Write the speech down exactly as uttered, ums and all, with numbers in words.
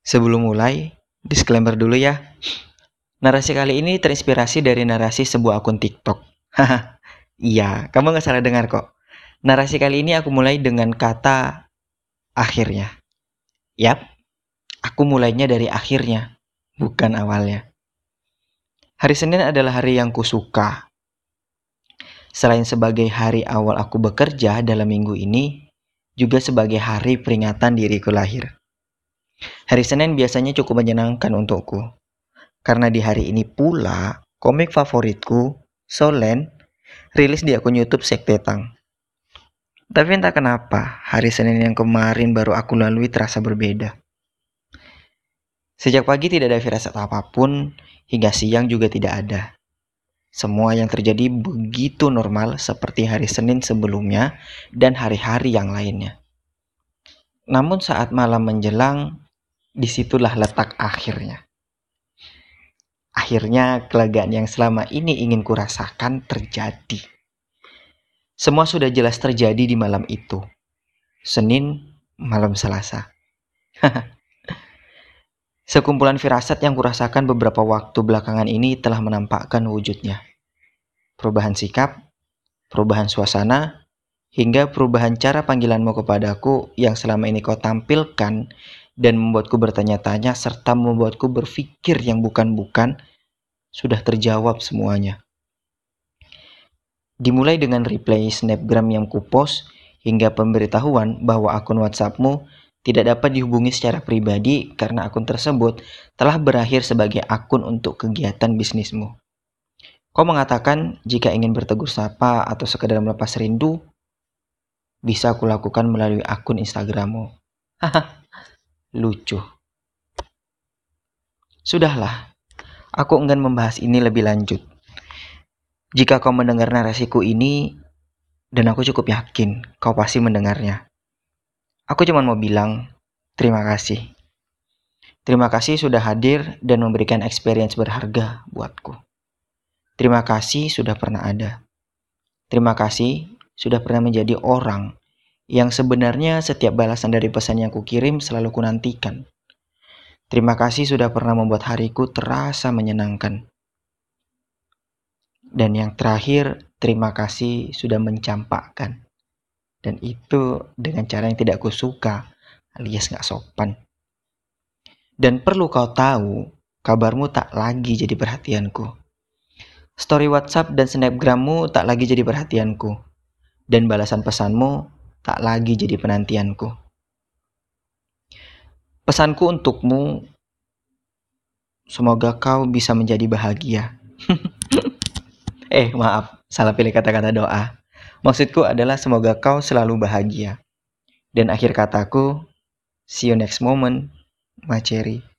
Sebelum mulai, disclaimer dulu ya. Narasi kali ini terinspirasi dari narasi sebuah akun TikTok. Haha, iya, kamu gak salah dengar kok. Narasi kali ini aku mulai dengan kata akhirnya. Yap, aku mulainya dari akhirnya, bukan awalnya. Hari Senin adalah hari yang kusuka. Selain sebagai hari awal aku bekerja dalam minggu ini, juga sebagai hari peringatan diriku lahir. Hari Senin biasanya cukup menyenangkan untukku. Karena di hari ini pula, komik favoritku, Solen, rilis di akun YouTube Sekte Tang. Tapi entah kenapa, hari Senin yang kemarin baru aku lalui terasa berbeda. Sejak pagi tidak ada firasat apapun, hingga siang juga tidak ada. Semua yang terjadi begitu normal seperti hari Senin sebelumnya dan hari-hari yang lainnya. Namun saat malam menjelang, disitulah letak akhirnya. Akhirnya kelegaan yang selama ini ingin kurasakan terjadi. Semua sudah jelas terjadi di malam itu. Senin, malam Selasa. Sekumpulan firasat yang kurasakan beberapa waktu belakangan ini telah menampakkan wujudnya. Perubahan sikap, perubahan suasana, hingga perubahan cara panggilanmu kepadaku yang selama ini kau tampilkan dan membuatku bertanya-tanya serta membuatku berpikir yang bukan-bukan, sudah terjawab semuanya. Dimulai dengan replay snapgram yang kupost hingga pemberitahuan bahwa akun WhatsAppmu tidak dapat dihubungi secara pribadi karena akun tersebut telah berakhir sebagai akun untuk kegiatan bisnismu. Kau mengatakan jika ingin bertegur sapa atau sekedar melepas rindu, bisa kulakukan melalui akun Instagrammu. Haha, lucu. Sudahlah, aku enggan membahas ini lebih lanjut. Jika kau mendengar narasiku ini, dan aku cukup yakin kau pasti mendengarnya. Aku cuma mau bilang, terima kasih. Terima kasih sudah hadir dan memberikan experience berharga buatku. Terima kasih sudah pernah ada. Terima kasih sudah pernah menjadi orang yang sebenarnya setiap balasan dari pesan yang kukirim selalu kunantikan. Terima kasih sudah pernah membuat hariku terasa menyenangkan. Dan yang terakhir, terima kasih sudah mencampakkan. Dan itu dengan cara yang tidak kusuka, alias gak sopan. Dan perlu kau tahu, kabarmu tak lagi jadi perhatianku. Story WhatsApp dan snapgrammu tak lagi jadi perhatianku. Dan balasan pesanmu tak lagi jadi penantianku. Pesanku untukmu, semoga kau bisa menjadi bahagia. eh maaf, salah pilih kata-kata doa. Maksudku adalah semoga kau selalu bahagia. Dan akhir kataku, see you next moment, my cherry.